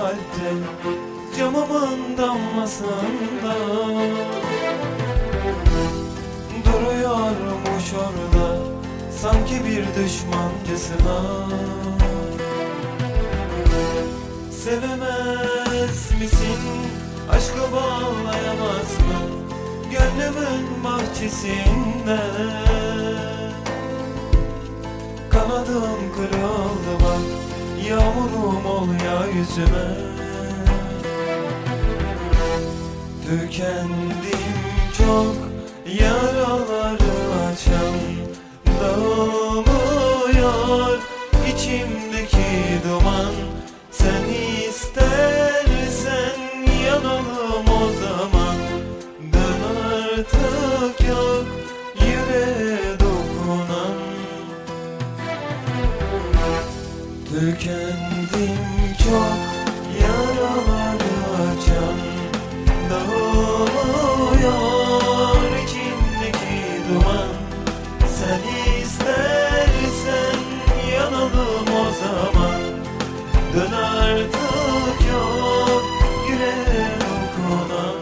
kalpte camımın damlasında duruyormuş orada sanki bir düşmancasına. Sevemez misin, aşkı bağlayamaz mı gönlümün bahçesinde? Kanadım kırıldı bak, yağmurum ol ya yüzüme. Tükendim çok, yaraları açan dağılmıyor içimdeki duman. Sen istersen yanalım o zaman, dön artık yok yüreğe dokunan. Tükendim çok, yaraları açan dağılıyor içimdeki duman. Sen istersen yanalım o zaman, dön artık yok yüreğe dokunan.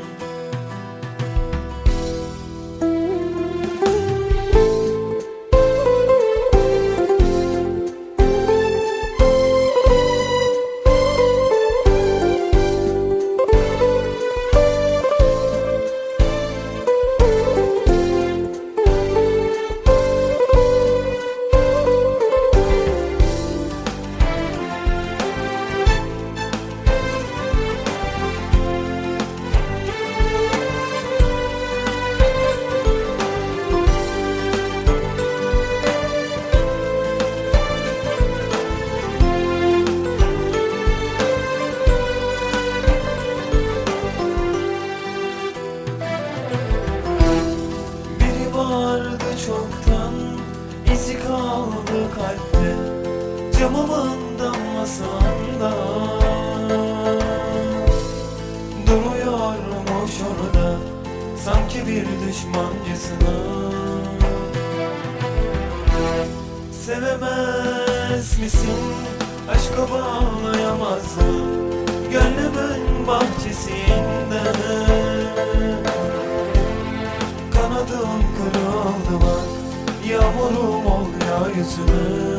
Vardı çoktan, izi kaldı kalpte camımın damlasında duruyormuş orada sanki bir düşmancasına. Sevemez misin, aşka bağlayamaz mı gönlümün bahçesinde? Kanadım kırıldı bak, yağmurum ol ya yüzüme.